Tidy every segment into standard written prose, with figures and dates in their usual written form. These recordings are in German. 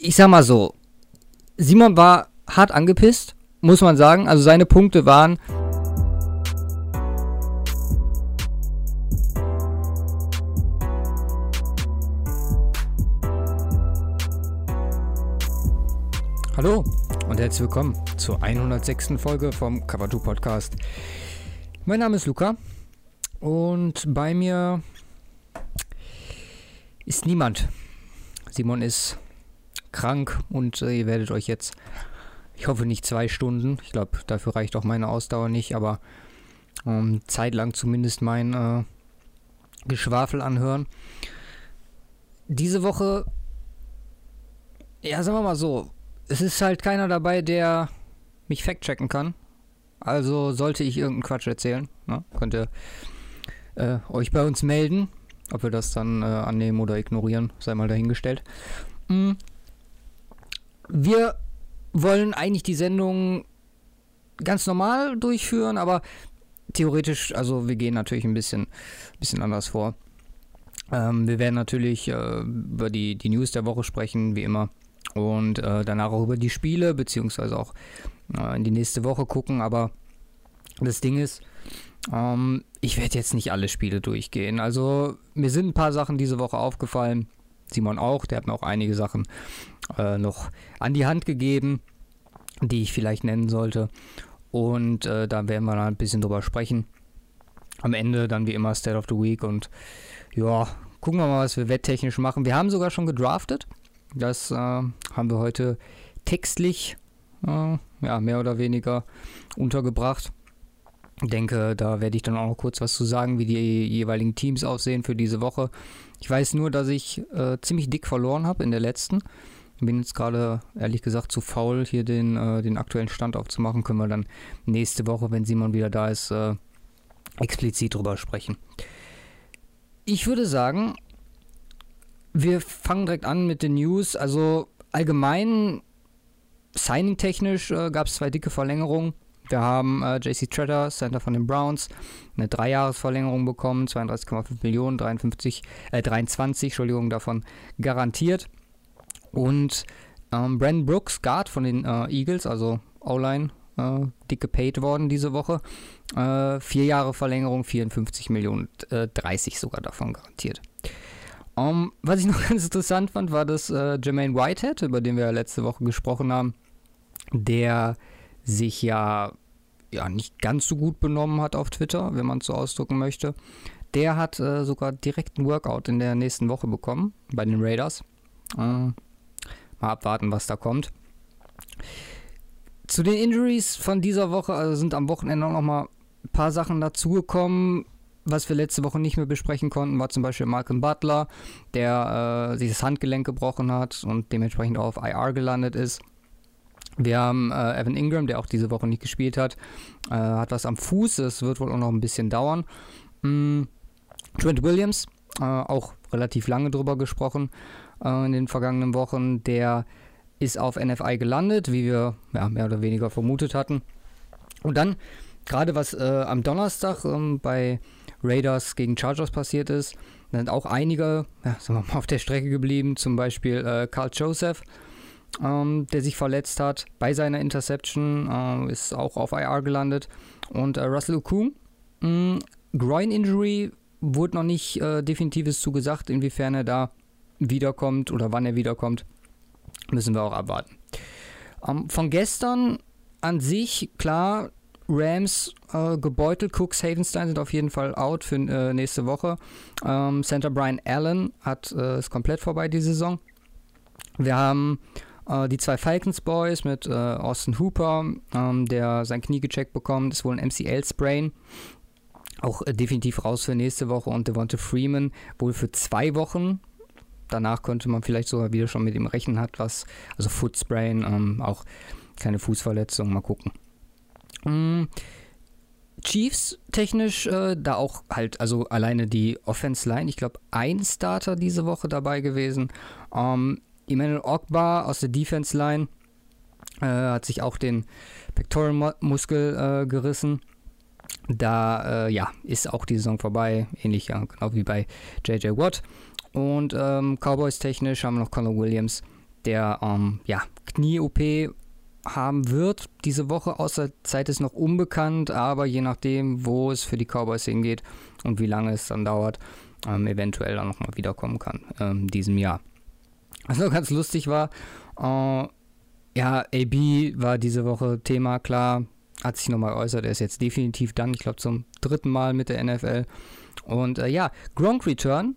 ich sag mal so, Simon war hart angepisst, muss man sagen. Also seine Punkte waren... Hallo und herzlich willkommen zur 106. Folge vom Cover 2 Podcast. Mein Name ist Luca und bei mir ist niemand. Simon ist krank und ihr werdet euch jetzt, ich hoffe nicht 2 Stunden, ich glaube dafür reicht auch meine Ausdauer nicht, aber zeitlang zumindest mein Geschwafel anhören. Diese Woche, ja sagen wir mal so, es ist halt keiner dabei, der mich fact-checken kann. Also sollte ich irgendeinen Quatsch erzählen, ne, könnt ihr euch bei uns melden. Ob wir das dann annehmen oder ignorieren, sei mal dahingestellt. Wir wollen eigentlich die Sendung ganz normal durchführen, aber theoretisch, also wir gehen natürlich ein bisschen anders vor. Wir werden natürlich über die News der Woche sprechen, wie immer. Und danach auch über die Spiele, beziehungsweise auch in die nächste Woche gucken. Aber das Ding ist, ich werde jetzt nicht alle Spiele durchgehen. Also mir sind ein paar Sachen diese Woche aufgefallen. Simon auch, der hat mir auch einige Sachen noch an die Hand gegeben, die ich vielleicht nennen sollte. Und da werden wir dann ein bisschen drüber sprechen. Am Ende dann wie immer State of the Week. Und ja, gucken wir mal, was wir wetttechnisch machen. Wir haben sogar schon gedraftet. Das haben wir heute textlich mehr oder weniger untergebracht. Ich denke, da werde ich dann auch noch kurz was zu sagen, wie die jeweiligen Teams aussehen für diese Woche. Ich weiß nur, dass ich ziemlich dick verloren habe in der letzten. Bin jetzt gerade, ehrlich gesagt, zu faul, hier den aktuellen Stand aufzumachen. Können wir dann nächste Woche, wenn Simon wieder da ist, explizit drüber sprechen. Ich würde sagen, wir fangen direkt an mit den News. Also allgemein, signing-technisch gab es 2 dicke Verlängerungen. Wir haben JC Tretter, Center von den Browns, eine 3-Jahres-Verlängerung bekommen, 32,5 Millionen, 23 davon garantiert. Und Brandon Brooks, Guard von den Eagles, also O-Line, dick gepaid worden diese Woche. 4 Jahre Verlängerung, 54 Millionen, 30 sogar davon garantiert. Was ich noch ganz interessant fand, war, dass Jermaine Whitehead, über den wir letzte Woche gesprochen haben, der sich ja nicht ganz so gut benommen hat auf Twitter, wenn man es so ausdrücken möchte. Der hat sogar direkt einen Workout in der nächsten Woche bekommen, bei den Raiders. Mal abwarten, was da kommt. Zu den Injuries von dieser Woche, also sind am Wochenende auch noch mal ein paar Sachen dazugekommen. Was wir letzte Woche nicht mehr besprechen konnten, war zum Beispiel Malcolm Butler, der sich das Handgelenk gebrochen hat und dementsprechend auch auf IR gelandet ist. Wir haben Evan Ingram, der auch diese Woche nicht gespielt hat, hat was am Fuß, das wird wohl auch noch ein bisschen dauern. Trent Williams, auch relativ lange drüber gesprochen in den vergangenen Wochen, der ist auf NFI gelandet, wie wir mehr oder weniger vermutet hatten. Und dann, gerade was am Donnerstag bei Raiders gegen Chargers passiert ist, da sind auch einige auf der Strecke geblieben, zum Beispiel Carl Joseph, der sich verletzt hat bei seiner Interception, ist auch auf IR gelandet. Und Russell Okung, Groin Injury, wurde noch nicht Definitives zugesagt, inwiefern er da wiederkommt oder wann er wiederkommt, müssen wir auch abwarten. Von gestern an sich, klar, Rams gebeutelt. Cooks, Havenstein sind auf jeden Fall out für nächste Woche. Center Brian Allen ist komplett vorbei die Saison. Wir haben die 2 Falcons Boys mit Austin Hooper, der sein Knie gecheckt bekommt. Das ist wohl ein MCL-Sprain. Auch definitiv raus für nächste Woche. Und Devonta Freeman wohl für 2 Wochen. Danach könnte man vielleicht sogar wieder schon mit ihm rechnen, also Footsprain, auch keine Fußverletzung, mal gucken. Chiefs technisch, da auch halt, also alleine die Offense Line, ich glaube ein Starter diese Woche dabei gewesen. Emmanuel Ogbah aus der Defense Line hat sich auch den Pectoral Muskel gerissen. Da ist auch die Saison vorbei, ähnlich genau wie bei JJ Watt. Und Cowboys technisch haben wir noch Connor Williams, der Knie-OP haben wird diese Woche. Außer Zeit ist noch unbekannt, aber je nachdem, wo es für die Cowboys hingeht und wie lange es dann dauert, eventuell dann nochmal wiederkommen kann in diesem Jahr. Was ganz lustig war, AB war diese Woche Thema, klar, hat sich nochmal geäußert, er ist jetzt definitiv dann, ich glaube zum 3. Mal mit der NFL. Und Gronk Return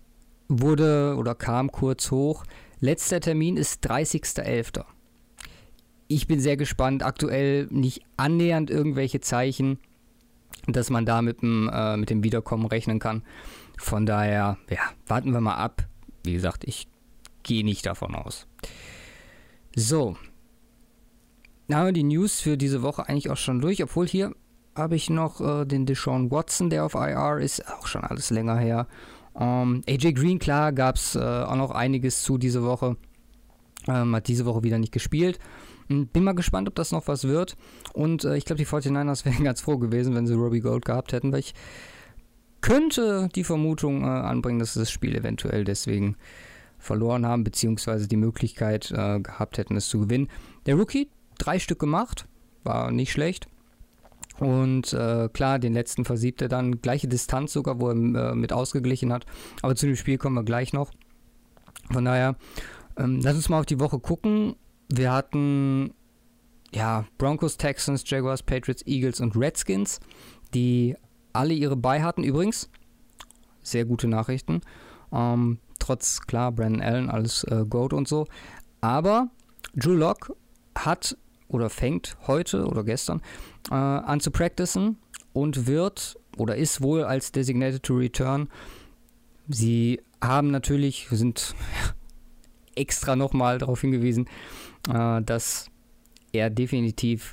kam kurz hoch. Letzter Termin ist 30.11. Ich bin sehr gespannt, aktuell nicht annähernd irgendwelche Zeichen, dass man da mit dem Wiederkommen rechnen kann. Von daher, warten wir mal ab. Wie gesagt, ich gehe nicht davon aus. So, dann haben wir die News für diese Woche eigentlich auch schon durch, obwohl hier habe ich noch den Deshaun Watson, der auf IR ist, auch schon alles länger her. AJ Green, klar, gab es auch noch einiges zu diese Woche, hat diese Woche wieder nicht gespielt. Bin mal gespannt, ob das noch was wird. Und ich glaube, die 49ers wären ganz froh gewesen, wenn sie Robbie Gould gehabt hätten, weil ich könnte die Vermutung anbringen, dass sie das Spiel eventuell deswegen verloren haben, beziehungsweise die Möglichkeit gehabt hätten, es zu gewinnen. Der Rookie, 3 Stück gemacht, war nicht schlecht. Und klar, den letzten versiebte er dann, gleiche Distanz sogar, wo er mit ausgeglichen hat. Aber zu dem Spiel kommen wir gleich noch. Von daher, lass uns mal auf die Woche gucken. Wir hatten Broncos, Texans, Jaguars, Patriots, Eagles und Redskins, die alle ihre Bye hatten. Übrigens, sehr gute Nachrichten. Trotz, klar, Brandon Allen, alles Goat und so. Aber Drew Lock fängt heute oder gestern an zu practicen und ist wohl als Designated to Return. Sie sind extra nochmal darauf hingewiesen, dass er definitiv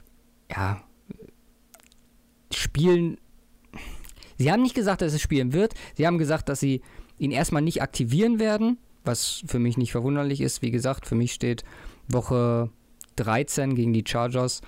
spielen. Sie haben nicht gesagt, dass er spielen wird. Sie haben gesagt, dass sie ihn erstmal nicht aktivieren werden, was für mich nicht verwunderlich ist. Wie gesagt, für mich steht Woche 13 gegen die Chargers.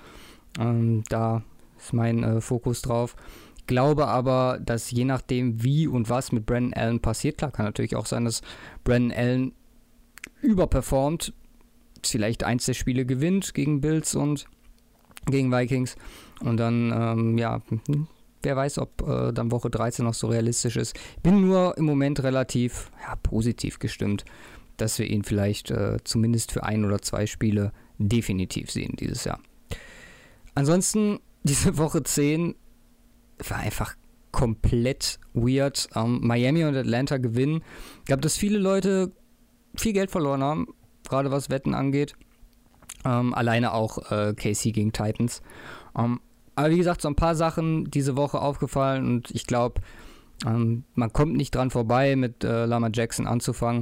Da ist mein Fokus drauf. Glaube aber, dass je nachdem, wie und was mit Brandon Allen passiert, klar, kann natürlich auch sein, dass Brandon Allen überperformt, vielleicht eins der Spiele gewinnt gegen Bills und gegen Vikings und dann, wer weiß, ob dann Woche 13 noch so realistisch ist. Bin nur im Moment relativ positiv gestimmt, dass wir ihn vielleicht zumindest für 1 oder 2 Spiele definitiv sehen dieses Jahr. Ansonsten, diese Woche 10 war einfach komplett weird. Miami und Atlanta gewinnen. Ich glaube, dass viele Leute viel Geld verloren haben, gerade was Wetten angeht. Alleine auch KC gegen Titans. Aber wie gesagt, so ein paar Sachen diese Woche aufgefallen und ich glaube, man kommt nicht dran vorbei, mit Lamar Jackson anzufangen.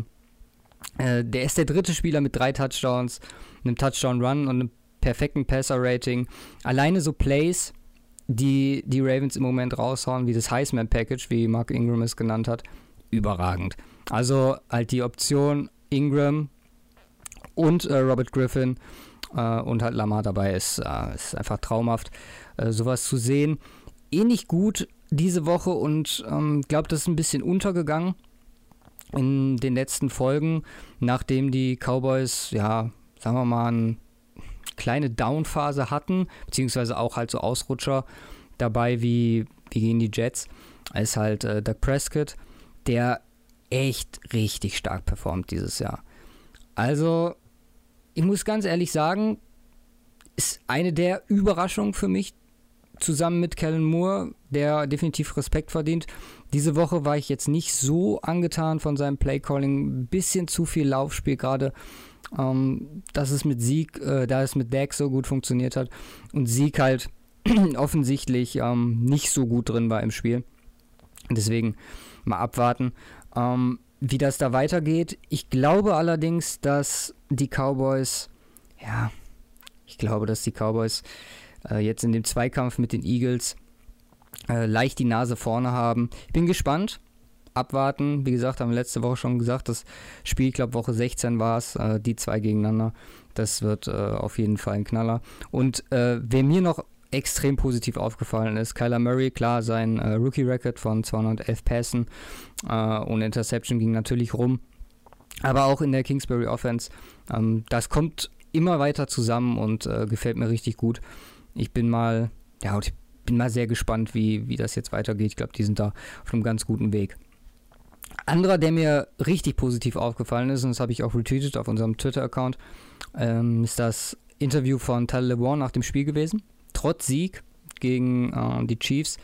Der ist der 3. Spieler mit 3 Touchdowns, einem Touchdown-Run und einem perfekten Passer-Rating. Alleine so Plays, die Ravens im Moment raushauen, wie das Heisman-Package, wie Mark Ingram es genannt hat, überragend. Also halt die Option Ingram und Robert Griffin und halt Lamar dabei ist einfach traumhaft, sowas zu sehen. Ähnlich gut diese Woche und glaube, das ist ein bisschen untergegangen in den letzten Folgen, nachdem die Cowboys, sagen wir mal, eine kleine Down-Phase hatten, beziehungsweise auch halt so Ausrutscher dabei wie gegen die Jets, ist halt Dak Prescott, der echt richtig stark performt dieses Jahr. Also, ich muss ganz ehrlich sagen, ist eine der Überraschungen für mich, zusammen mit Kellen Moore, der definitiv Respekt verdient. Diese Woche war ich jetzt nicht so angetan von seinem Playcalling, ein bisschen zu viel Laufspiel gerade, dass es mit da es mit Dak so gut funktioniert hat und Zeke halt offensichtlich nicht so gut drin war im Spiel. Deswegen mal abwarten, wie das da weitergeht. Ich glaube allerdings, dass die Cowboys, jetzt in dem Zweikampf mit den Eagles leicht die Nase vorne haben. Ich bin gespannt. Abwarten. Wie gesagt, haben wir letzte Woche schon gesagt, das Spiel, ich glaube Woche 16 war es, die 2 gegeneinander. Das wird auf jeden Fall ein Knaller. Und wer mir noch extrem positiv aufgefallen ist, Kyler Murray, klar, sein Rookie-Record von 211 Pässen und Interception ging natürlich rum. aber auch in der Kingsbury Offense. Das kommt immer weiter zusammen und gefällt mir richtig gut. Ich bin mal sehr gespannt, wie das jetzt weitergeht. Ich glaube, die sind da auf einem ganz guten Weg. Anderer, der mir richtig positiv aufgefallen ist, und das habe ich auch retweetet auf unserem Twitter-Account, ist das Interview von Tyler LeBron nach dem Spiel gewesen. Trotz Sieg gegen die Chiefs.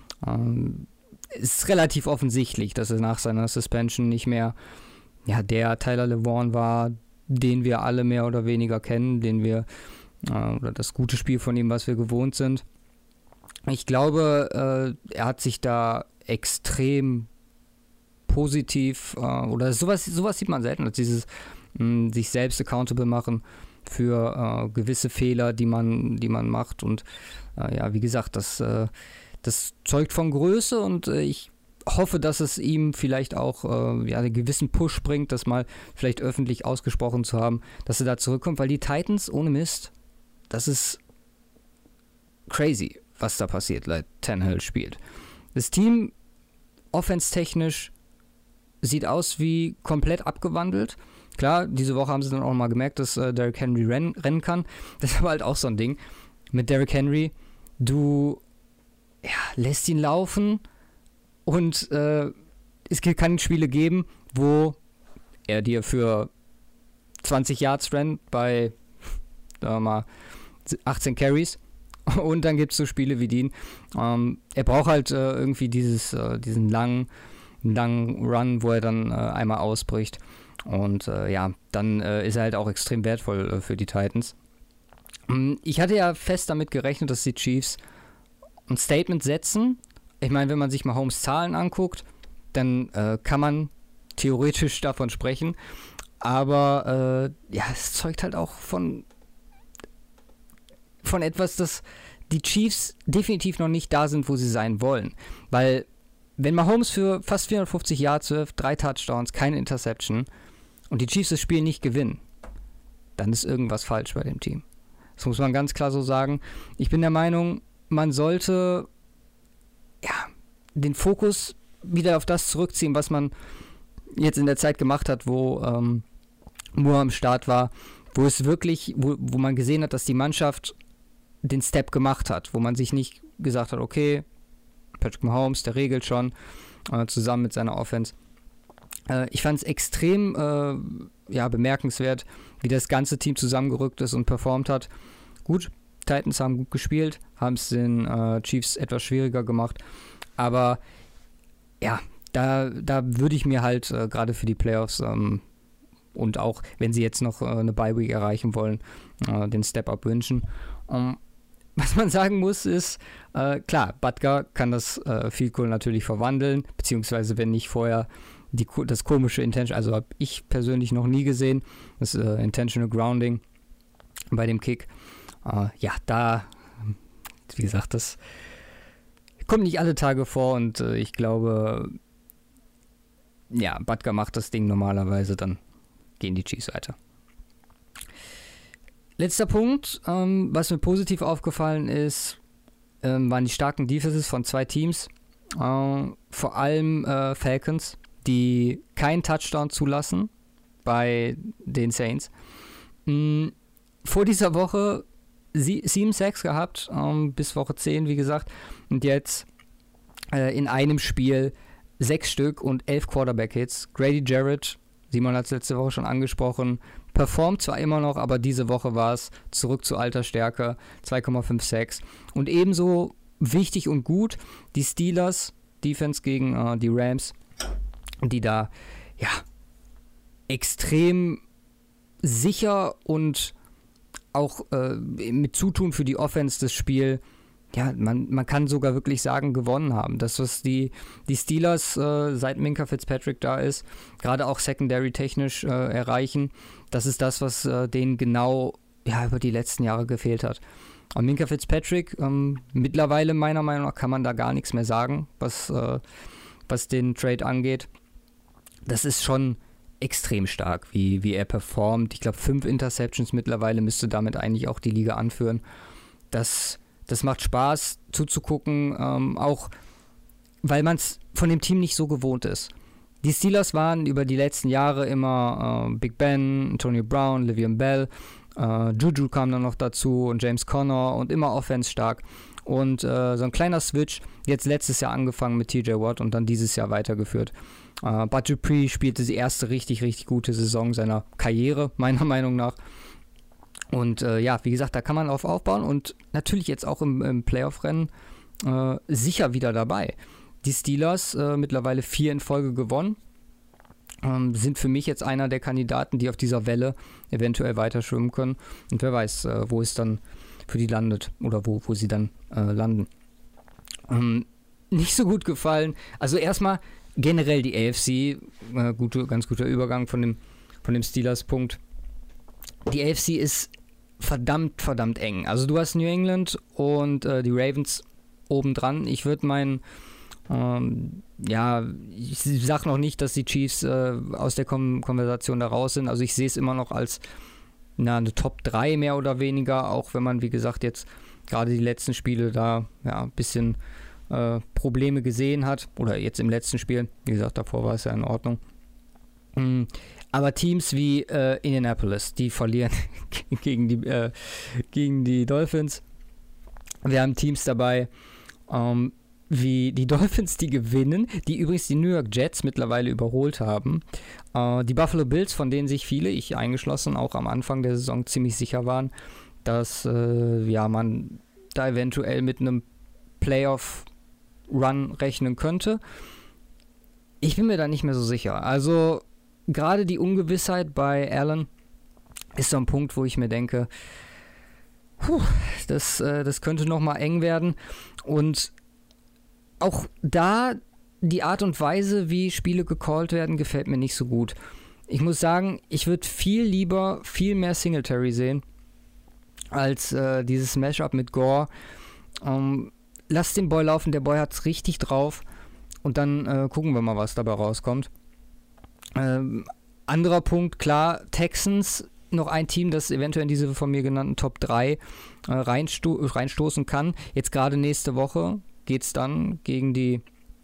Ist relativ offensichtlich, dass er nach seiner Suspension nicht mehr der Tyler LeBron war, den wir alle mehr oder weniger kennen, oder das gute Spiel von ihm, was wir gewohnt sind. Ich glaube, er hat sich da extrem positiv, oder sowas sieht man selten, als dieses sich selbst accountable machen für gewisse Fehler, die man macht. Und wie gesagt, das zeugt von Größe, und ich hoffe, dass es ihm vielleicht auch einen gewissen Push bringt, das mal vielleicht öffentlich ausgesprochen zu haben, dass er da zurückkommt, weil die Titans, ohne Mist, das ist crazy, was da passiert, seit Tannehill spielt. Das Team, offense-technisch, sieht aus wie komplett abgewandelt. Klar, diese Woche haben sie dann auch mal gemerkt, dass Derrick Henry rennen kann. Das ist aber halt auch so ein Ding. Mit Derrick Henry, du lässt ihn laufen, und es kann Spiele geben, wo er dir für 20 Yards rennt bei, sagen wir mal, 18 Carries. Und dann gibt es so Spiele wie den. Er braucht halt irgendwie diesen langen Run, wo er dann einmal ausbricht. Und dann ist er halt auch extrem wertvoll für die Titans. Ich hatte ja fest damit gerechnet, dass die Chiefs ein Statement setzen. Ich meine, wenn man sich mal Holmes' Zahlen anguckt, dann kann man theoretisch davon sprechen. Aber es zeugt halt auch von etwas, dass die Chiefs definitiv noch nicht da sind, wo sie sein wollen. Weil, wenn Mahomes für fast 450 Yards wirft, 3 Touchdowns, keine Interception, und die Chiefs das Spiel nicht gewinnen, dann ist irgendwas falsch bei dem Team. Das muss man ganz klar so sagen. Ich bin der Meinung, man sollte den Fokus wieder auf das zurückziehen, was man jetzt in der Zeit gemacht hat, wo Moore am Start war, wo es wirklich, wo man gesehen hat, dass die Mannschaft den Step gemacht hat, wo man sich nicht gesagt hat, okay, Patrick Mahomes, der regelt schon, zusammen mit seiner Offense. Ich fand es extrem bemerkenswert, wie das ganze Team zusammengerückt ist und performt hat. Gut, Titans haben gut gespielt, haben es den Chiefs etwas schwieriger gemacht, aber da würde ich mir halt gerade für die Playoffs und auch, wenn sie jetzt noch eine Bye-Week erreichen wollen, den Step-Up wünschen. Was man sagen muss ist, klar, Butker kann das Field Goal natürlich verwandeln, beziehungsweise wenn nicht vorher das komische Intention, also habe ich persönlich noch nie gesehen, das Intentional Grounding bei dem Kick. Da, wie gesagt, das kommt nicht alle Tage vor, und ich glaube, Butker macht das Ding normalerweise, dann gehen die Chiefs weiter. Letzter Punkt, was mir positiv aufgefallen ist, waren die starken Defenses von 2 Teams, vor allem Falcons, die keinen Touchdown zulassen bei den Saints. Vor dieser Woche 7 Sacks gehabt, bis Woche 10, wie gesagt, und jetzt in einem Spiel 6 Stück und 11 Quarterback-Hits. Grady Jarrett, Simon hat es letzte Woche schon angesprochen, performt zwar immer noch, aber diese Woche war es zurück zu alter Stärke, 2,5 Sacks. Und ebenso wichtig und gut die Steelers Defense gegen die Rams, die da extrem sicher und auch mit Zutun für die Offense das Spiel, man kann sogar wirklich sagen, gewonnen haben. Das, was die Steelers seit Minkah Fitzpatrick da ist, gerade auch secondary-technisch erreichen, das ist das, was denen genau über die letzten Jahre gefehlt hat. Und Minkah Fitzpatrick, mittlerweile meiner Meinung nach kann man da gar nichts mehr sagen, was den Trade angeht. Das ist schon extrem stark, wie er performt. Ich glaube, 5 Interceptions mittlerweile müsste damit eigentlich auch die Liga anführen. Das macht Spaß zuzugucken, auch weil man es von dem Team nicht so gewohnt ist. Die Steelers waren über die letzten Jahre immer Big Ben, Antonio Brown, Le'Veon Bell, Juju kam dann noch dazu und James Conner und immer Offense stark. Und so ein kleiner Switch, jetzt letztes Jahr angefangen mit TJ Watt und dann dieses Jahr weitergeführt. Bud Dupree spielte die erste richtig, richtig gute Saison seiner Karriere, meiner Meinung nach. Und wie gesagt, da kann man drauf aufbauen und natürlich jetzt auch im Playoff-Rennen sicher wieder dabei. Die Steelers mittlerweile 4 in Folge gewonnen, sind für mich jetzt einer der Kandidaten, die auf dieser Welle eventuell weiter schwimmen können. Und wer weiß, wo es dann für die landet oder wo sie dann landen. Nicht so gut gefallen. Also erstmal generell die AFC, ganz guter Übergang von dem Steelers-Punkt. Die AFC ist verdammt, verdammt eng. Also du hast New England und die Ravens obendran. Ich würde ich sag noch nicht, dass die Chiefs aus der Konversation da raus sind. Also ich sehe es immer noch als eine Top 3 mehr oder weniger, auch wenn man, wie gesagt, jetzt gerade die letzten Spiele da ein bisschen Probleme gesehen hat. Oder jetzt im letzten Spiel. Wie gesagt, davor war es ja in Ordnung. Aber Teams wie Indianapolis, die verlieren gegen die Dolphins. Wir haben Teams dabei, wie die Dolphins, die gewinnen, die übrigens die New York Jets mittlerweile überholt haben. Die Buffalo Bills, von denen sich viele, ich eingeschlossen, auch am Anfang der Saison ziemlich sicher waren, dass man da eventuell mit einem Playoff-Run rechnen könnte. Ich bin mir da nicht mehr so sicher. Also gerade die Ungewissheit bei Allen ist so ein Punkt, wo ich mir denke, das könnte nochmal eng werden. Und auch da die Art und Weise, wie Spiele gecallt werden, gefällt mir nicht so gut. Ich muss sagen, ich würde viel mehr Singletary sehen, als dieses Mashup mit Gore. Lass den Boy laufen, der Boy hat's richtig drauf. Und dann gucken wir mal, was dabei rauskommt. Anderer Punkt, klar, Texans, noch ein Team, das eventuell in diese von mir genannten Top 3 reinstoßen kann. Jetzt gerade nächste Woche geht es dann gegen die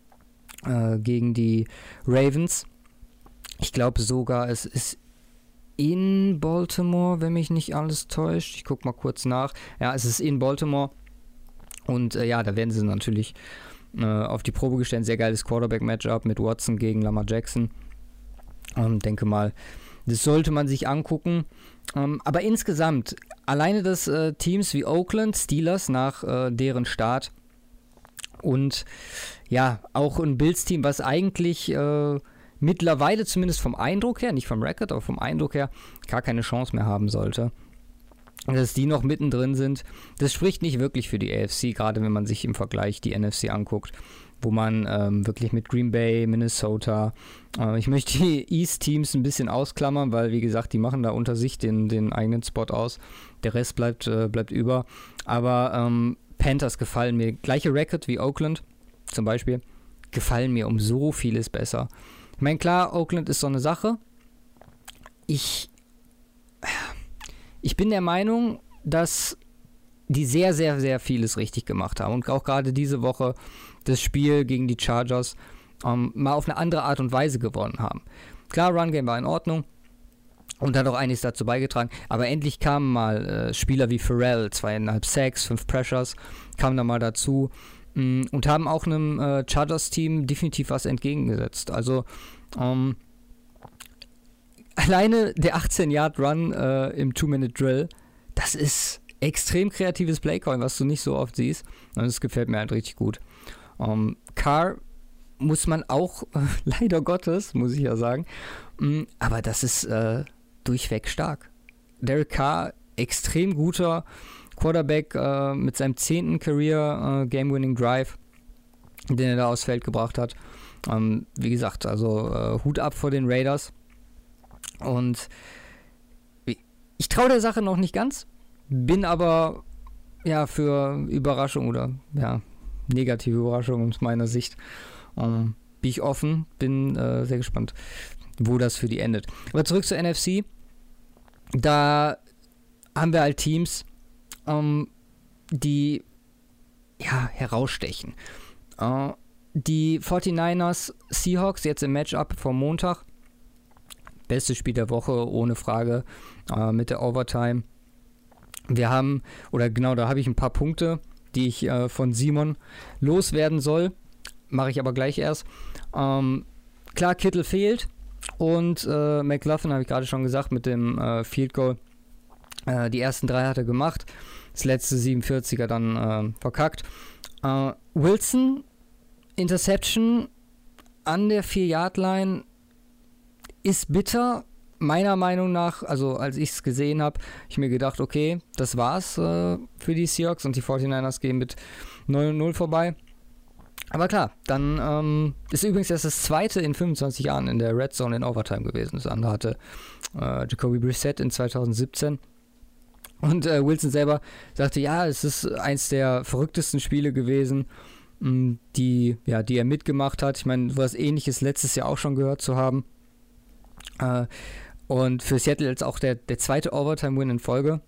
Ravens. Ich glaube sogar, es ist in Baltimore, wenn mich nicht alles täuscht. Ich gucke mal kurz nach. Ja, es ist in Baltimore. Und da werden sie natürlich auf die Probe gestellt. Sehr geiles Quarterback-Matchup mit Watson gegen Lamar Jackson. Denke mal, das sollte man sich angucken. Aber insgesamt, alleine das Teams wie Oakland, Steelers nach deren Start und auch ein Bills-Team, was eigentlich mittlerweile zumindest vom Eindruck her, nicht vom Record, aber vom Eindruck her, gar keine Chance mehr haben sollte. Dass die noch mittendrin sind, das spricht nicht wirklich für die AFC, gerade wenn man sich im Vergleich die NFC anguckt, wo man wirklich mit Green Bay, Minnesota, ich möchte die East-Teams ein bisschen ausklammern, weil, wie gesagt, die machen da unter sich den eigenen Spot aus. Der Rest bleibt über. Aber Panthers gefallen mir, gleiche Record wie Oakland zum Beispiel, gefallen mir um so vieles besser. Ich meine, klar, Oakland ist so eine Sache. Ich bin der Meinung, dass die sehr, sehr, sehr vieles richtig gemacht haben und auch gerade diese Woche das Spiel gegen die Chargers mal auf eine andere Art und Weise gewonnen haben. Klar, Run Game war in Ordnung und hat auch einiges dazu beigetragen, aber endlich kamen mal Spieler wie Pharrell, 2,5 Sacks, 5 Pressures, kamen da mal dazu und haben auch einem Chargers-Team definitiv was entgegengesetzt. Also alleine der 18-Yard-Run im 2-Minute-Drill, das ist extrem kreatives Playcalling, was du nicht so oft siehst. Und das gefällt mir halt richtig gut. Carr muss man auch, leider Gottes, muss ich ja sagen, aber das ist durchweg stark. Derek Carr, extrem guter Quarterback mit seinem 10. Career Game-Winning Drive, den er da aufs Feld gebracht hat. Wie gesagt, also Hut ab vor den Raiders. Und ich traue der Sache noch nicht ganz, bin aber für Überraschung oder negative Überraschung aus meiner Sicht bin ich offen, bin sehr gespannt, wo das für die endet. Aber zurück zur NFC, da haben wir halt Teams, die herausstechen. die 49ers Seahawks jetzt im Matchup vom Montag. Bestes Spiel der Woche, ohne Frage, mit der Overtime. Da habe ich ein paar Punkte, die ich von Simon loswerden soll. Mache ich aber gleich erst. Klar, Kittle fehlt und McLaughlin, habe ich gerade schon gesagt, mit dem Field Goal. Die ersten 3 hat er gemacht, das letzte 47er dann verkackt. Wilson, Interception an der 4-Yard-Line ist bitter. Meiner Meinung nach, also als ich es gesehen habe, ich mir gedacht, okay, das war's für die Seahawks und die 49ers gehen mit 9-0 vorbei. Aber klar, dann ist übrigens erst das zweite in 25 Jahren in der Red Zone in Overtime gewesen. Das andere hatte Jacoby Brissett in 2017. Und Wilson selber sagte, ja, es ist eins der verrücktesten Spiele gewesen, die er mitgemacht hat. Ich meine, was Ähnliches letztes Jahr auch schon gehört zu haben. Und für Seattle jetzt auch der zweite Overtime-Win in Folge.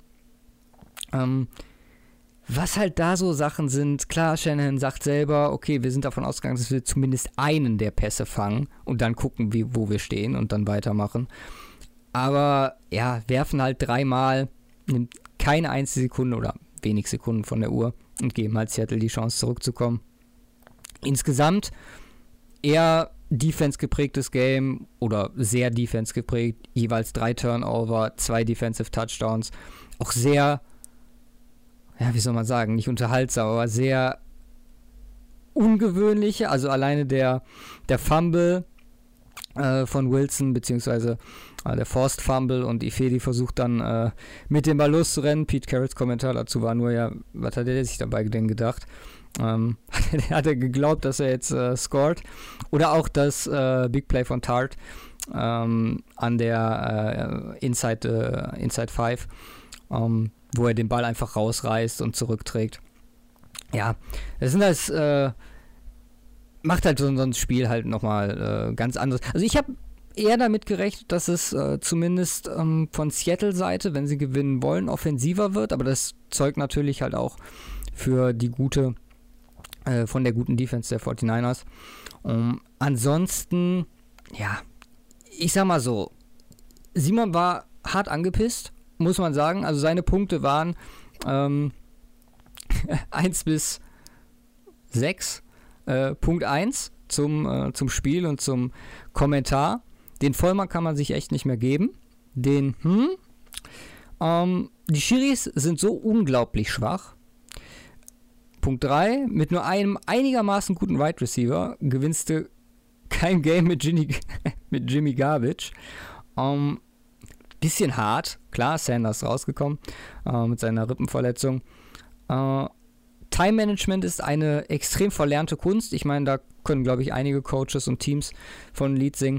Was halt da so Sachen sind, klar, Shanahan sagt selber, okay, wir sind davon ausgegangen, dass wir zumindest einen der Pässe fangen und dann gucken, wo wir stehen und dann weitermachen. Aber ja, werfen halt 3-mal, nimmt keine einzige Sekunde oder wenig Sekunden von der Uhr und geben halt Seattle die Chance zurückzukommen. Insgesamt eher Defense geprägtes Game oder sehr Defense geprägt, jeweils 3 Turnover, 2 Defensive Touchdowns, auch sehr, ja, wie soll man sagen, nicht unterhaltsam, aber sehr ungewöhnliche, also alleine der Fumble von Wilson, beziehungsweise der Forced Fumble und Ifedi versucht dann mit dem Ball loszurennen. Pete Carrolls Kommentar dazu war nur, ja, was hat er sich dabei denn gedacht? Hat er geglaubt, dass er jetzt scored? Oder auch das Big Play von Tart an der Inside 5, wo er den Ball einfach rausreißt und zurückträgt. Ja, das macht halt so ein Spiel halt nochmal ganz anderes. Also ich habe eher damit gerechnet, dass es zumindest von Seattle-Seite, wenn sie gewinnen wollen, offensiver wird, aber das zeugt natürlich halt auch für die von der guten Defense der 49ers. Ansonsten, ja, ich sag mal so, Simon war hart angepisst, muss man sagen. Also seine Punkte waren 1 bis 6. Punkt 1 zum Spiel und zum Kommentar. Den Vollmark kann man sich echt nicht mehr geben. Die Schiris sind so unglaublich schwach. Punkt 3, mit nur einem einigermaßen guten Wide Receiver gewinnst du kein Game mit Jimmy Garbage. Bisschen hart, klar, Sanders rausgekommen mit seiner Rippenverletzung. Time Management ist eine extrem verlernte Kunst. Ich meine, da können, glaube ich, einige Coaches und Teams von Lied singen.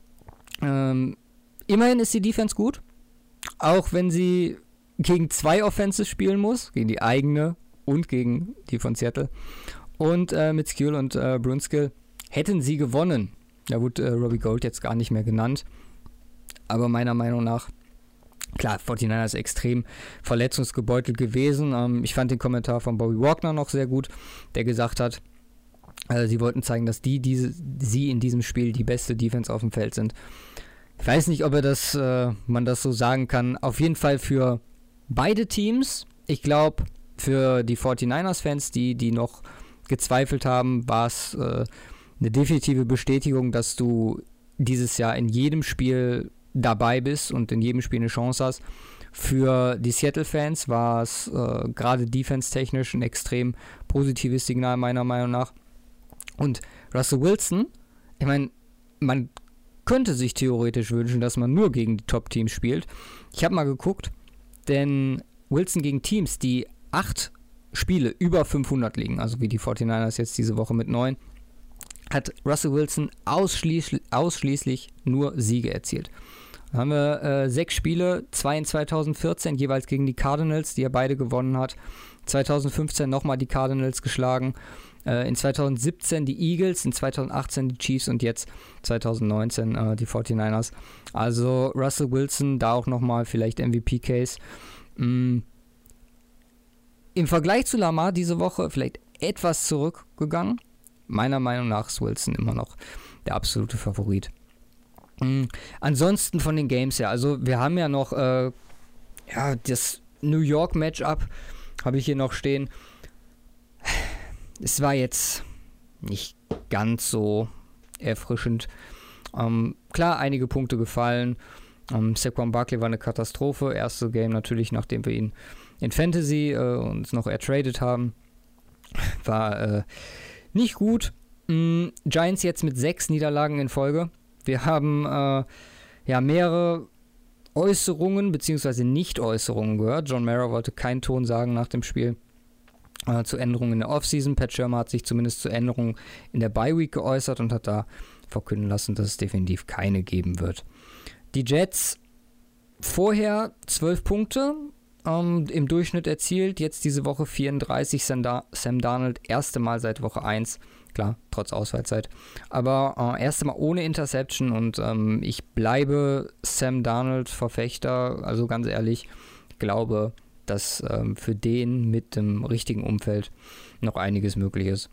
Immerhin ist die Defense gut, auch wenn sie gegen 2 Offenses spielen muss, gegen die eigene und gegen die von Seattle. Und mit Skule und Brunskill hätten sie gewonnen. Da wurde Robbie Gould jetzt gar nicht mehr genannt. Aber meiner Meinung nach, klar, 49ers extrem verletzungsgebeutelt gewesen. Ich fand den Kommentar von Bobby Wagner noch sehr gut, der gesagt hat, sie wollten zeigen, dass sie in diesem Spiel die beste Defense auf dem Feld sind. Ich weiß nicht, ob man das so sagen kann. Auf jeden Fall für beide Teams. Ich glaube, für die 49ers-Fans, die noch gezweifelt haben, war es eine definitive Bestätigung, dass du dieses Jahr in jedem Spiel dabei bist und in jedem Spiel eine Chance hast. Für die Seattle-Fans war es gerade defense-technisch ein extrem positives Signal meiner Meinung nach. Und Russell Wilson, ich meine, man könnte sich theoretisch wünschen, dass man nur gegen die Top-Teams spielt. Ich habe mal geguckt, denn Wilson gegen Teams, die 8 Spiele über 500 liegen, also wie die 49ers jetzt diese Woche mit 9, hat Russell Wilson ausschließlich nur Siege erzielt. Da haben wir 6 Spiele, 2 in 2014, jeweils gegen die Cardinals, die er beide gewonnen hat. 2015 nochmal die Cardinals geschlagen. In 2017 die Eagles, in 2018 die Chiefs und jetzt 2019 die 49ers. Also Russell Wilson, da auch nochmal vielleicht MVP-Case. Im Vergleich zu Lamar diese Woche vielleicht etwas zurückgegangen. meiner Meinung nach ist Wilson immer noch der absolute Favorit. Ansonsten von den Games her, also wir haben ja noch das New York Matchup, habe ich hier noch stehen. Es war jetzt nicht ganz so erfrischend. Klar, einige Punkte gefallen. Saquon Barkley war eine Katastrophe. Erste Game natürlich, nachdem wir ihn in Fantasy uns noch ertradet haben. War nicht gut. Giants jetzt mit 6 Niederlagen in Folge. Wir haben mehrere Äußerungen bzw. Nicht-Äußerungen gehört. John Mara wollte keinen Ton sagen nach dem Spiel zu Änderungen in der Offseason. Pat Shurmur hat sich zumindest zu Änderungen in der Bye-Week geäußert und hat da verkünden lassen, dass es definitiv keine geben wird. Die Jets vorher 12 Punkte im Durchschnitt erzielt, jetzt diese Woche 34. Sam Darnold, erste Mal seit Woche 1, klar, trotz Ausfallzeit, aber erste Mal ohne Interception und ich bleibe Sam Darnold Verfechter, also ganz ehrlich, glaube, dass für den mit dem richtigen Umfeld noch einiges möglich ist.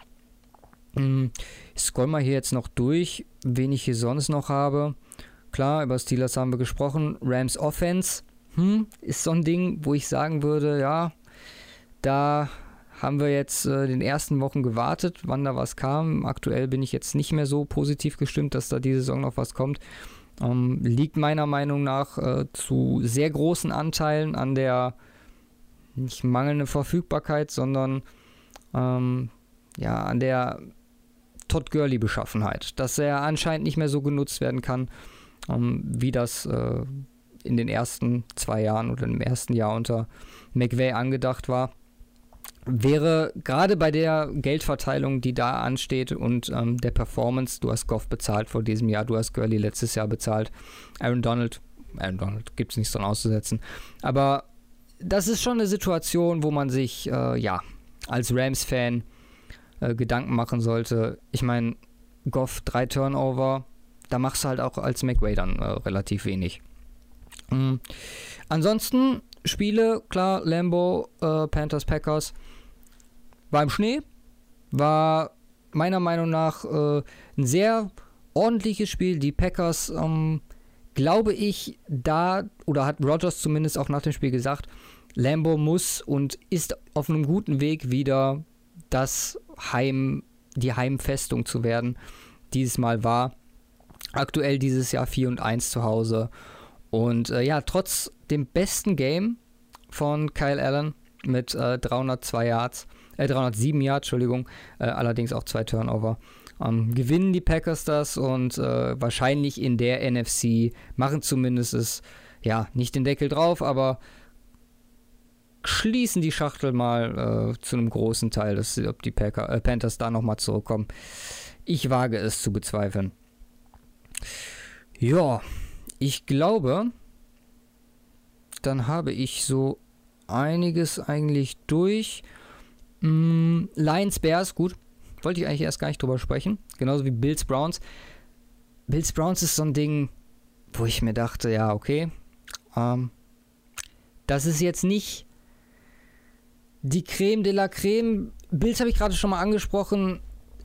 Ich scroll mal hier jetzt noch durch, wen ich hier sonst noch habe. Klar, über Steelers haben wir gesprochen. Rams Offense ist so ein Ding, wo ich sagen würde, ja, da haben wir jetzt den ersten Wochen gewartet, wann da was kam. Aktuell bin ich jetzt nicht mehr so positiv gestimmt, dass da diese Saison noch was kommt. Liegt meiner Meinung nach zu sehr großen Anteilen an der nicht mangelnden Verfügbarkeit, sondern an der Todd Gurley-Beschaffenheit, dass er anscheinend nicht mehr so genutzt werden kann, wie das in den ersten 2 Jahren oder im ersten Jahr unter McVay angedacht war. Wäre gerade bei der Geldverteilung, die da ansteht und der Performance, du hast Goff bezahlt vor diesem Jahr, du hast Gurley letztes Jahr bezahlt, Aaron Donald gibt es nichts dran auszusetzen, aber das ist schon eine Situation, wo man sich als Rams-Fan Gedanken machen sollte. Ich meine, Goff 3 Turnover, da machst du halt auch als McVay dann relativ wenig. Ansonsten Spiele, klar, Lambeau, Panthers, Packers, war im Schnee, war meiner Meinung nach ein sehr ordentliches Spiel. Die Packers, glaube ich, oder hat Rodgers zumindest auch nach dem Spiel gesagt, Lambeau muss und ist auf einem guten Weg wieder die Heimfestung zu werden. Dieses Mal war aktuell dieses Jahr 4-1 zu Hause. Und trotz dem besten Game von Kyle Allen mit 307 Yards, allerdings auch 2 Turnover, gewinnen die Packers das und wahrscheinlich in der NFC machen zumindest es, nicht den Deckel drauf, aber schließen die Schachtel mal zu einem großen Teil, ob die Panthers da nochmal zurückkommen. Ich wage es zu bezweifeln. Ja, ich glaube, dann habe ich so einiges eigentlich durch. Lions, Bears, gut. Wollte ich eigentlich erst gar nicht drüber sprechen. Genauso wie Bills, Browns. Bills, Browns ist so ein Ding, wo ich mir dachte, ja, okay. Das ist jetzt nicht die Creme de la Creme. Bills habe ich gerade schon mal angesprochen.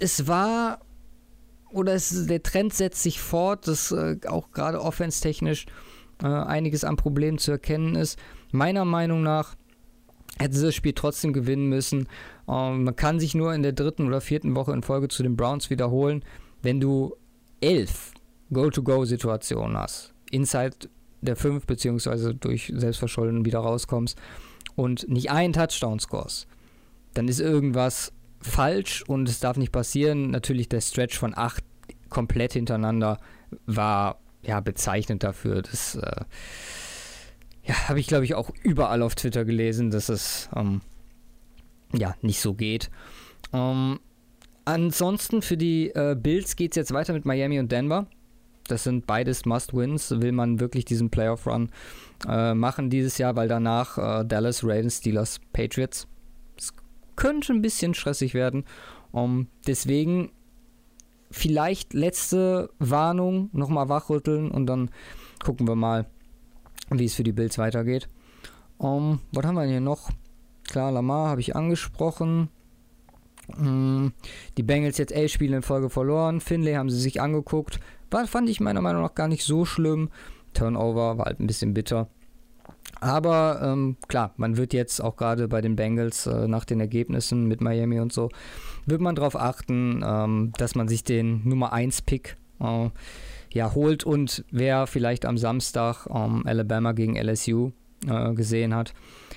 Der Trend setzt sich fort, dass auch gerade offense-technisch einiges an Problemen zu erkennen ist. Meiner Meinung nach hätte sie das Spiel trotzdem gewinnen müssen. Man kann sich nur in der 3. oder 4. Woche in Folge zu den Browns wiederholen, wenn du 11 Go-to-Go-Situationen hast, inside der 5 beziehungsweise durch Selbstverschulden wieder rauskommst und nicht einen Touchdown scores, dann ist irgendwas falsch und es darf nicht passieren. Natürlich der Stretch von 8 komplett hintereinander war bezeichnend dafür. Das habe ich, glaube ich, auch überall auf Twitter gelesen, dass es nicht so geht. Ansonsten für die Bills geht es jetzt weiter mit Miami und Denver. Das sind beides Must-Wins. Will man wirklich diesen Playoff-Run machen dieses Jahr, weil danach Dallas, Ravens, Steelers, Patriots. Es könnte ein bisschen stressig werden. Deswegen vielleicht letzte Warnung, nochmal wachrütteln und dann gucken wir mal, wie es für die Bills weitergeht. Was haben wir denn hier noch? Klar, Lamar habe ich angesprochen. Die Bengals jetzt 11 Spiele in Folge verloren. Finlay haben sie sich angeguckt. Fand ich meiner Meinung nach gar nicht so schlimm. Turnover war halt ein bisschen bitter. Aber klar, man wird jetzt auch gerade bei den Bengals nach den Ergebnissen mit Miami und so, wird man darauf achten, dass man sich den Nummer 1 Pick holt. Und wer vielleicht am Samstag Alabama gegen LSU gesehen hat.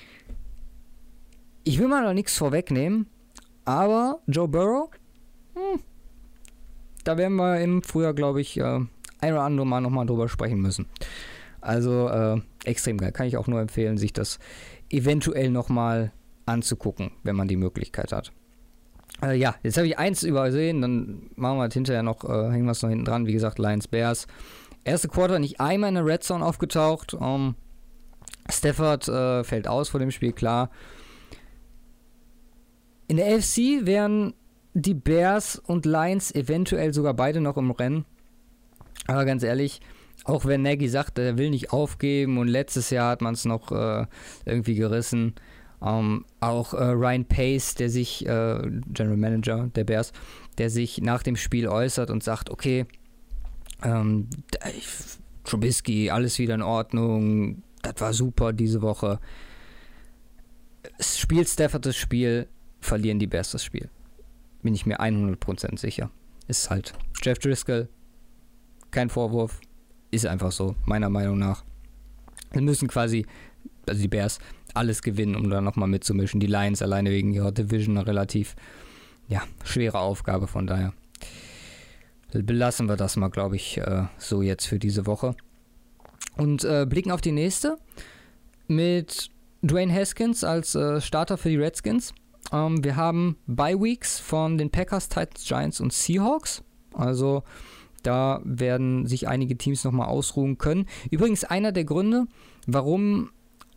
Ich will mal noch nichts vorwegnehmen, aber Joe Burrow, da werden wir im Frühjahr, glaube ich, ein oder andere Mal nochmal drüber sprechen müssen. Also extrem geil. Kann ich auch nur empfehlen, sich das eventuell nochmal anzugucken, wenn man die Möglichkeit hat. Jetzt habe ich eins übersehen, dann machen wir halt hinterher noch, hängen wir es noch hinten dran. Wie gesagt, Lions Bears. Erste Quarter nicht einmal in der Red Zone aufgetaucht. Stafford fällt aus vor dem Spiel, klar. In der AFC wären die Bears und Lions eventuell sogar beide noch im Rennen. Aber ganz ehrlich, auch wenn Nagy sagt, er will nicht aufgeben und letztes Jahr hat man es noch irgendwie gerissen. Auch Ryan Pace, der sich, General Manager der Bears, der sich nach dem Spiel äußert und sagt, okay, Trubisky, alles wieder in Ordnung, das war super diese Woche. Spielt Stafford das Spiel, verlieren die Bears das Spiel. Bin ich mir 100% sicher. Ist halt Jeff Driscoll, kein Vorwurf, ist einfach so, meiner Meinung nach. Wir müssen quasi, also die Bears, alles gewinnen, um da nochmal mitzumischen. Die Lions alleine wegen ihrer Division eine relativ, schwere Aufgabe, von daher belassen wir das mal, glaube ich, so jetzt für diese Woche. Und blicken auf die nächste mit Dwayne Haskins als Starter für die Redskins. Wir haben Bye-Weeks von den Packers, Titans, Giants und Seahawks. Also da werden sich einige Teams nochmal ausruhen können. Übrigens einer der Gründe, warum...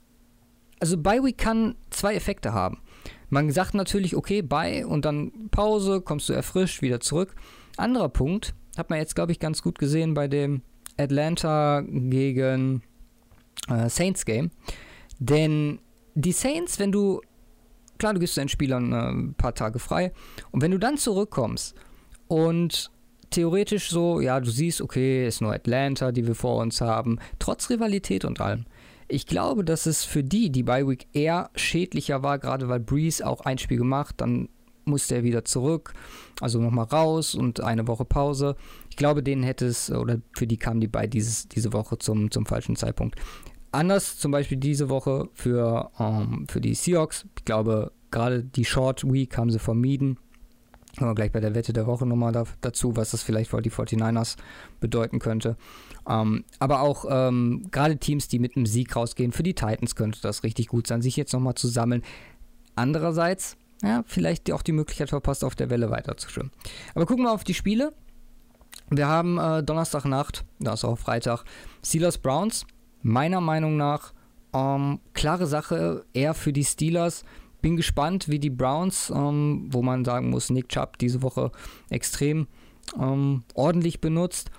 Also Bye-Week kann zwei Effekte haben. Man sagt natürlich, okay, Bye und dann Pause, kommst du erfrischt wieder zurück. Anderer Punkt, hat man jetzt, glaube ich, ganz gut gesehen bei dem Atlanta gegen Saints Game. Denn die Saints, wenn du... Klar, du gibst deinen Spielern ein paar Tage frei. Und wenn du dann zurückkommst und theoretisch so, du siehst, okay, ist nur Atlanta, die wir vor uns haben, trotz Rivalität und allem. Ich glaube, dass es für die Bye-Week eher schädlicher war, gerade weil Breeze auch ein Spiel gemacht, dann musste er wieder zurück, also nochmal raus und eine Woche Pause. Ich glaube, denen hätte es, oder für die kam die Bye diese Woche zum falschen Zeitpunkt. Anders zum Beispiel diese Woche für die Seahawks. Ich glaube, gerade die Short Week haben sie vermieden. Kommen wir gleich bei der Wette der Woche nochmal dazu, was das vielleicht für die 49ers bedeuten könnte. Aber auch gerade Teams, die mit einem Sieg rausgehen, für die Titans könnte das richtig gut sein, sich jetzt nochmal zu sammeln. Andererseits, vielleicht auch die Möglichkeit verpasst, auf der Welle weiterzuschwimmen. Aber gucken wir auf die Spiele. Wir haben Donnerstagnacht, da ist auch Freitag, Steelers Browns. Meiner Meinung nach klare Sache, eher für die Steelers. Bin gespannt, wie die Browns, wo man sagen muss, Nick Chubb diese Woche extrem ordentlich benutzt,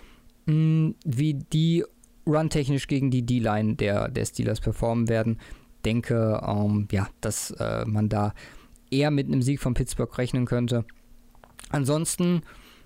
wie die runtechnisch gegen die D-Line der Steelers performen werden. Denke, dass man da eher mit einem Sieg von Pittsburgh rechnen könnte. Ansonsten,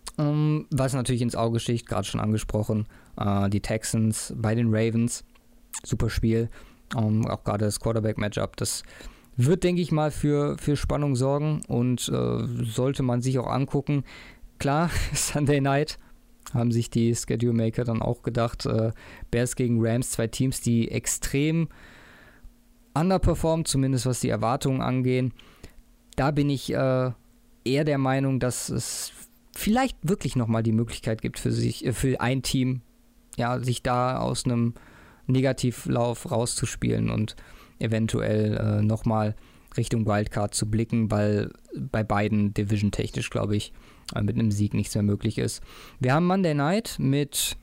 was natürlich ins Auge sticht, gerade schon angesprochen, die Texans bei den Ravens. Super Spiel. Auch gerade das Quarterback-Matchup, das wird, denke ich mal, für Spannung sorgen und sollte man sich auch angucken. Klar, Sunday Night haben sich die Schedule Maker dann auch gedacht, Bears gegen Rams, zwei Teams, die extrem underperformen, zumindest was die Erwartungen angehen. Da bin ich eher der Meinung, dass es vielleicht wirklich nochmal die Möglichkeit gibt für ein Team, sich da aus einem Negativlauf rauszuspielen und eventuell nochmal Richtung Wildcard zu blicken, weil bei beiden Division-technisch, glaube ich, mit einem Sieg nichts mehr möglich ist. Wir haben Monday Night mit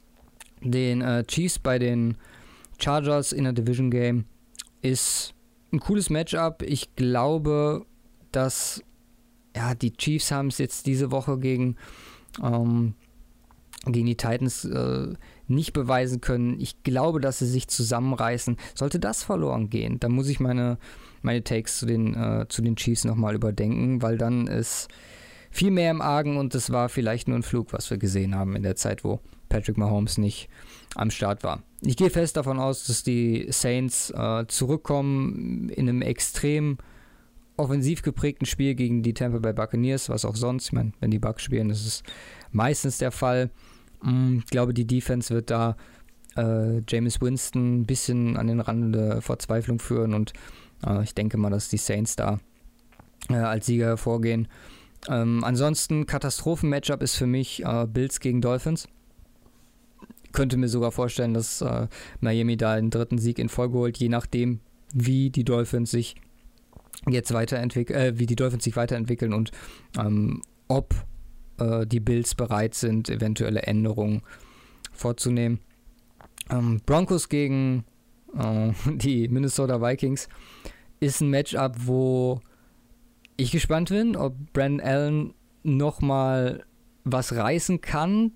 den Chiefs bei den Chargers in der Division-Game. Ist ein cooles Matchup. Ich glaube, dass die Chiefs haben es jetzt diese Woche gegen die Titans nicht beweisen können. Ich glaube, dass sie sich zusammenreißen. Sollte das verloren gehen, dann muss ich meine Takes zu den Chiefs nochmal überdenken, weil dann ist viel mehr im Argen und es war vielleicht nur ein Flug, was wir gesehen haben in der Zeit, wo Patrick Mahomes nicht am Start war. Ich gehe fest davon aus, dass die Saints zurückkommen in einem extrem offensiv geprägten Spiel gegen die Tampa Bay Buccaneers, was auch sonst. Ich meine, wenn die Bucs spielen, das ist meistens der Fall. Ich glaube, die Defense wird da Jameis Winston ein bisschen an den Rand der Verzweiflung führen und ich denke mal, dass die Saints da als Sieger hervorgehen. Ansonsten, Katastrophen-Matchup ist für mich Bills gegen Dolphins. Könnte mir sogar vorstellen, dass Miami da einen dritten Sieg in Folge holt, je nachdem, wie die Dolphins sich jetzt weiterentwickeln und ob die Bills bereit sind, eventuelle Änderungen vorzunehmen. Broncos gegen die Minnesota Vikings ist ein Matchup, wo ich gespannt bin, ob Brandon Allen nochmal was reißen kann.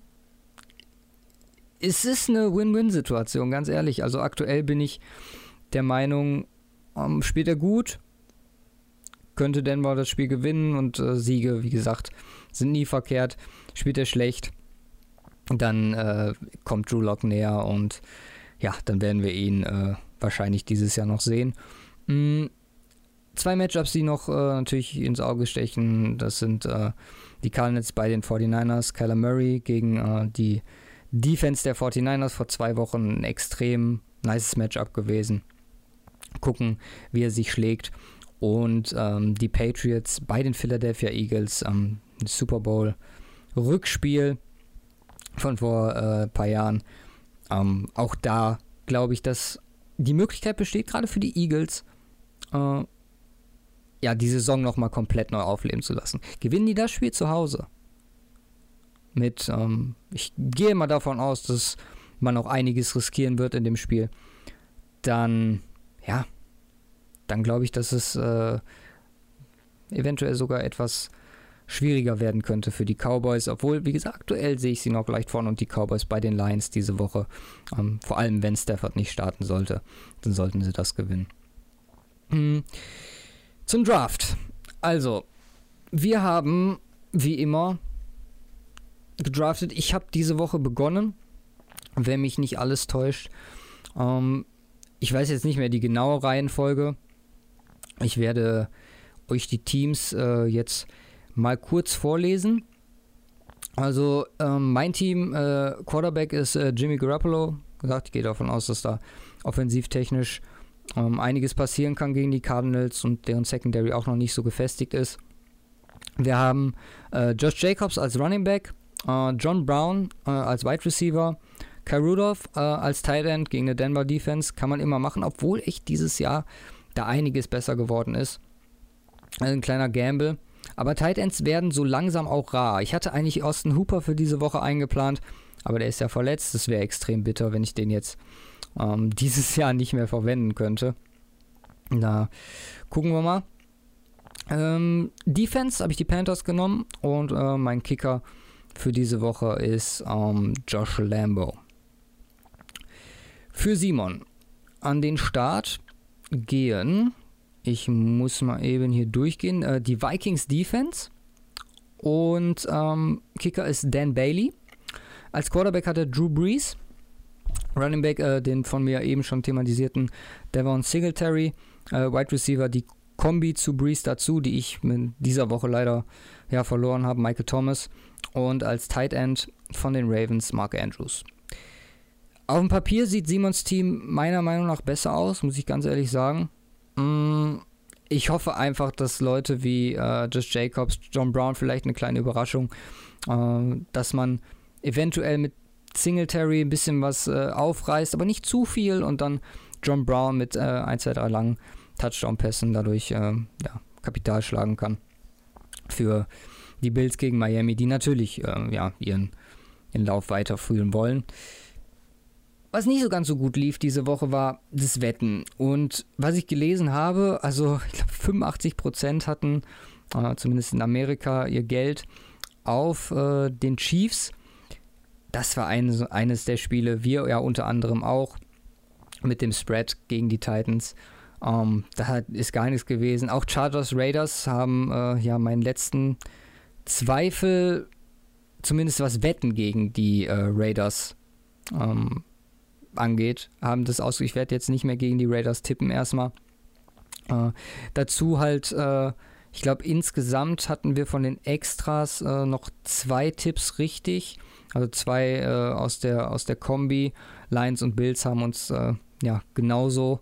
Es ist eine Win-Win-Situation, ganz ehrlich. Also aktuell bin ich der Meinung, spielt er gut, könnte Denver das Spiel gewinnen und Siege, wie gesagt, sind nie verkehrt. Spielt er schlecht, dann kommt Drew Lock näher und ja, dann werden wir ihn wahrscheinlich dieses Jahr noch sehen. 2 Matchups, die noch natürlich ins Auge stechen, das sind die Cardinals bei den 49ers, Kyler Murray gegen die Defense der 49ers, vor 2 Wochen ein extrem nices Matchup gewesen. Gucken, wie er sich schlägt. Und die Patriots bei den Philadelphia Eagles, Super Bowl Rückspiel von vor ein paar Jahren. Auch da glaube ich, dass die Möglichkeit besteht, gerade für die Eagles, die Saison nochmal komplett neu aufleben zu lassen. Gewinnen die das Spiel zu Hause? Ich gehe mal davon aus, dass man auch einiges riskieren wird in dem Spiel. Dann glaube ich, dass es eventuell sogar etwas schwieriger werden könnte für die Cowboys, obwohl, wie gesagt, aktuell sehe ich sie noch leicht vorne und die Cowboys bei den Lions diese Woche, vor allem wenn Stafford nicht starten sollte, dann sollten sie das gewinnen. Zum Draft. Also, wir haben, wie immer, gedraftet. Ich habe diese Woche begonnen, wenn mich nicht alles täuscht. Ich weiß jetzt nicht mehr die genaue Reihenfolge. Ich werde euch die Teams jetzt mal kurz vorlesen. Also mein Team, Quarterback ist Jimmy Garoppolo. Gesagt, ich gehe davon aus, dass da offensivtechnisch einiges passieren kann gegen die Cardinals und deren Secondary auch noch nicht so gefestigt ist. Wir haben Josh Jacobs als Running Back, John Brown als Wide Receiver, Kyle Rudolph als Tight End gegen eine Denver Defense. Kann man immer machen, obwohl echt dieses Jahr da einiges besser geworden ist. Also ein kleiner Gamble. Aber Tight Ends werden so langsam auch rar. Ich hatte eigentlich Austin Hooper für diese Woche eingeplant, aber der ist ja verletzt. Das wäre extrem bitter, wenn ich den jetzt dieses Jahr nicht mehr verwenden könnte. Na, gucken wir mal. Defense habe ich die Panthers genommen und mein Kicker für diese Woche ist Josh Lambo. Für Simon an den Start gehen, ich muss mal eben hier durchgehen, die Vikings Defense und Kicker ist Dan Bailey. Als Quarterback hat er Drew Brees, Running Back den von mir eben schon thematisierten Devon Singletary, Wide Receiver die Kombi zu Brees dazu, die ich mit dieser Woche leider verloren habe, Michael Thomas, und als Tight End von den Ravens Mark Andrews. Auf dem Papier sieht Simons Team meiner Meinung nach besser aus, muss ich ganz ehrlich sagen. Ich hoffe einfach, dass Leute wie Josh Jacobs, John Brown vielleicht eine kleine Überraschung, dass man eventuell mit Singletary ein bisschen was aufreißt, aber nicht zu viel und dann John Brown mit 1, 2, 3 langen Touchdown-Pässen dadurch Kapital schlagen kann für die Bills gegen Miami, die natürlich ihren Lauf weiterführen wollen. Was nicht so ganz so gut lief diese Woche war das Wetten. Und was ich gelesen habe, also ich glaube 85% hatten, zumindest in Amerika, ihr Geld auf den Chiefs. das war eines der Spiele, wir ja unter anderem auch, mit dem Spread gegen die Titans. Da ist gar nichts gewesen. Auch Chargers Raiders haben meinen letzten Zweifel, zumindest was Wetten gegen die Raiders angeht, haben das ausgesucht. Ich werde jetzt nicht mehr gegen die Raiders tippen erstmal. Dazu halt, ich glaube insgesamt hatten wir von den Extras noch 2 Tipps richtig. Also 2 aus der Kombi. Lions und Bills haben uns genauso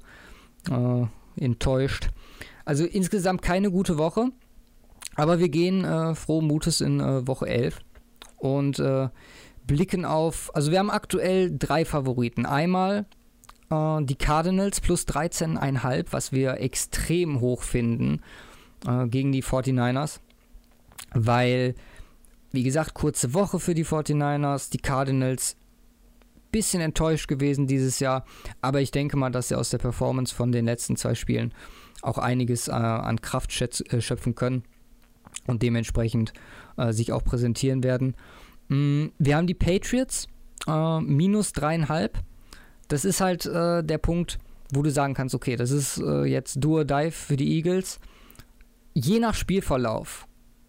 enttäuscht. Also insgesamt keine gute Woche. Aber wir gehen frohen Mutes in Woche 11 und blicken auf, also wir haben aktuell 3 Favoriten. Einmal die Cardinals plus 13,5, was wir extrem hoch finden gegen die 49ers, weil, wie gesagt, kurze Woche für die 49ers, die Cardinals bisschen enttäuscht gewesen dieses Jahr, aber ich denke mal, dass sie aus der Performance von den letzten 2 Spielen auch einiges an Kraft schöpfen können und dementsprechend sich auch präsentieren werden. Wir haben die Patriots minus 3,5. Das ist halt der Punkt, wo du sagen kannst, okay, das ist jetzt do or die für die Eagles. Je nach Spielverlauf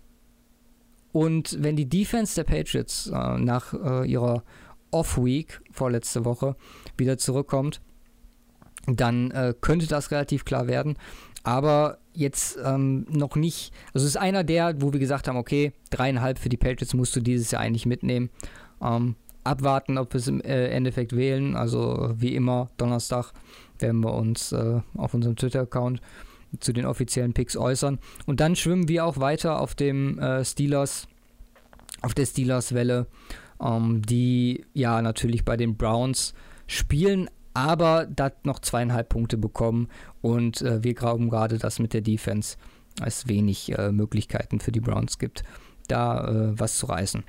und wenn die Defense der Patriots nach ihrer Off-Week vorletzte Woche wieder zurückkommt, dann könnte das relativ klar werden. Aber jetzt noch nicht, also es ist einer der, wo wir gesagt haben, okay, 3,5 für die Patriots musst du dieses Jahr eigentlich mitnehmen. Abwarten, ob wir es im Endeffekt wählen. Also wie immer, Donnerstag werden wir uns auf unserem Twitter-Account zu den offiziellen Picks äußern. Und dann schwimmen wir auch weiter auf dem auf der Steelers-Welle, die ja natürlich bei den Browns spielen, aber da noch 2,5 Punkte bekommen und wir glauben gerade, dass mit der Defense es wenig Möglichkeiten für die Browns gibt, da was zu reißen.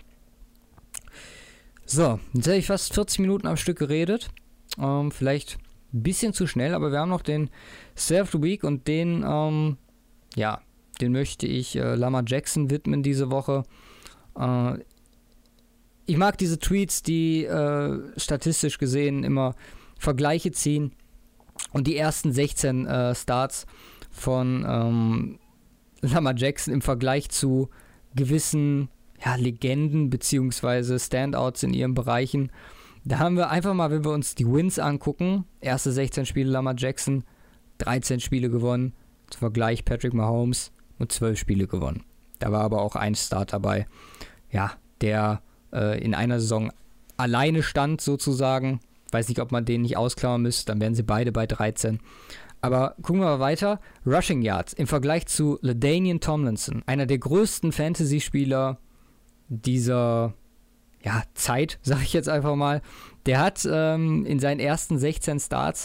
So, jetzt habe ich fast 40 Minuten am Stück geredet, vielleicht ein bisschen zu schnell, aber wir haben noch den Save of the Week und den möchte ich Lamar Jackson widmen diese Woche. Ich mag diese Tweets, die statistisch gesehen immer Vergleiche ziehen und die ersten 16 Starts von Lamar Jackson im Vergleich zu gewissen Legenden bzw. Standouts in ihren Bereichen. Da haben wir einfach mal, wenn wir uns die Wins angucken, erste 16 Spiele Lamar Jackson, 13 Spiele gewonnen, zum Vergleich Patrick Mahomes und 12 Spiele gewonnen. Da war aber auch ein Start dabei, der in einer Saison alleine stand sozusagen. Weiß nicht, ob man den nicht ausklammern müsste, dann wären sie beide bei 13. Aber gucken wir mal weiter. Rushing Yards im Vergleich zu LaDainian Tomlinson, einer der größten Fantasy-Spieler dieser Zeit, sage ich jetzt einfach mal. Der hat in seinen ersten 16 Starts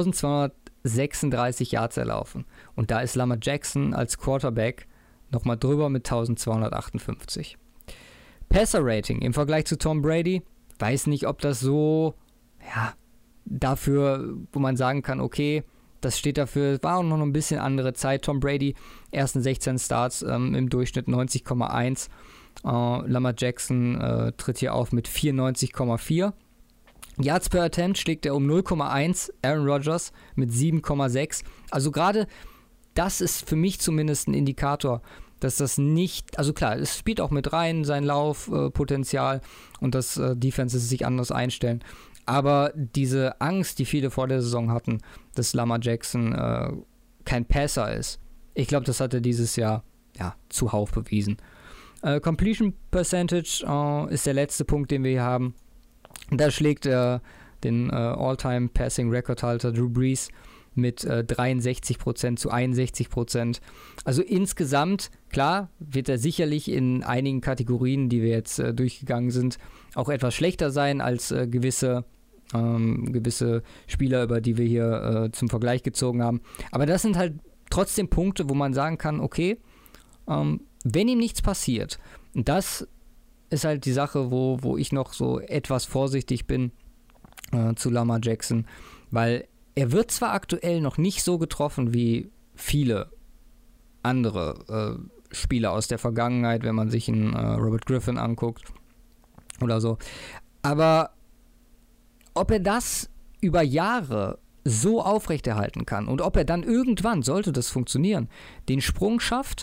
1236 Yards erlaufen. Und da ist Lamar Jackson als Quarterback nochmal drüber mit 1258. Passer-Rating im Vergleich zu Tom Brady, weiß nicht, ob das so, dafür, wo man sagen kann, okay, das steht dafür, war auch noch ein bisschen andere Zeit. Tom Brady, ersten 16 Starts im Durchschnitt 90,1. Lamar Jackson tritt hier auf mit 94,4. Yards per Attempt schlägt er um 0,1. Aaron Rodgers mit 7,6. Also gerade das ist für mich zumindest ein Indikator, dass das nicht, also klar, es spielt auch mit rein, sein Laufpotenzial und dass Defenses sich anders einstellen. Aber diese Angst, die viele vor der Saison hatten, dass Lamar Jackson kein Passer ist, ich glaube, das hat er dieses Jahr zuhauf bewiesen. Completion Percentage ist der letzte Punkt, den wir hier haben. Da schlägt er den All-Time Passing Record-Halter Drew Brees mit 63% zu 61%. Also insgesamt, klar, wird er sicherlich in einigen Kategorien, die wir jetzt durchgegangen sind, auch etwas schlechter sein als gewisse Spieler, über die wir hier zum Vergleich gezogen haben. Aber das sind halt trotzdem Punkte, wo man sagen kann, okay, wenn ihm nichts passiert, und das ist halt die Sache, wo ich noch so etwas vorsichtig bin zu Lamar Jackson, weil er wird zwar aktuell noch nicht so getroffen wie viele andere Spieler aus der Vergangenheit, wenn man sich einen Robert Griffin anguckt oder so, Aber ob er das über Jahre so aufrechterhalten kann und ob er dann irgendwann, sollte das funktionieren, den Sprung schafft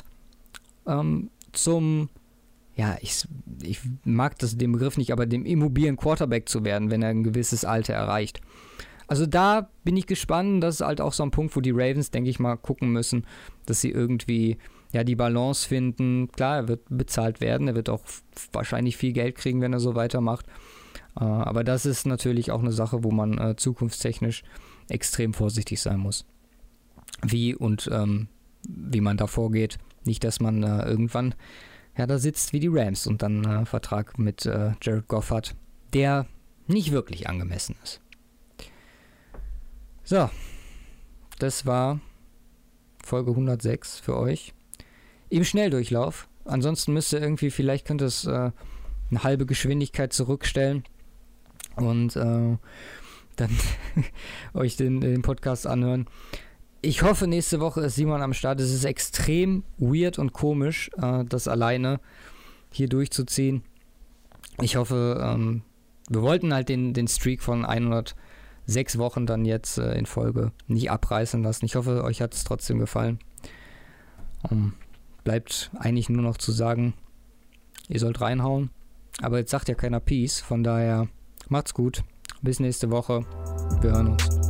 zum, ja, ich mag den Begriff nicht, aber dem immobilen Quarterback zu werden, wenn er ein gewisses Alter erreicht. Also da bin ich gespannt. Das ist halt auch so ein Punkt, wo die Ravens, denke ich mal, gucken müssen, dass sie irgendwie die Balance finden. Klar, er wird bezahlt werden, er wird auch wahrscheinlich viel Geld kriegen, wenn er so weitermacht. Aber das ist natürlich auch eine Sache, wo man zukunftstechnisch extrem vorsichtig sein muss. Wie man da vorgeht. Nicht, dass man irgendwann da sitzt wie die Rams und dann einen Vertrag mit Jared Goff hat, der nicht wirklich angemessen ist. So, das war Folge 106 für euch. Im Schnelldurchlauf. Ansonsten vielleicht könnt ihr es eine halbe Geschwindigkeit zurückstellen und dann euch den Podcast anhören. Ich hoffe, nächste Woche ist Simon am Start. Es ist extrem weird und komisch, das alleine hier durchzuziehen. Ich hoffe, wir wollten halt den Streak von 106 Wochen dann jetzt in Folge nicht abreißen lassen. Ich hoffe, euch hat es trotzdem gefallen. Bleibt eigentlich nur noch zu sagen, ihr sollt reinhauen. Aber jetzt sagt ja keiner Peace. Von daher macht's gut. Bis nächste Woche. Wir hören uns.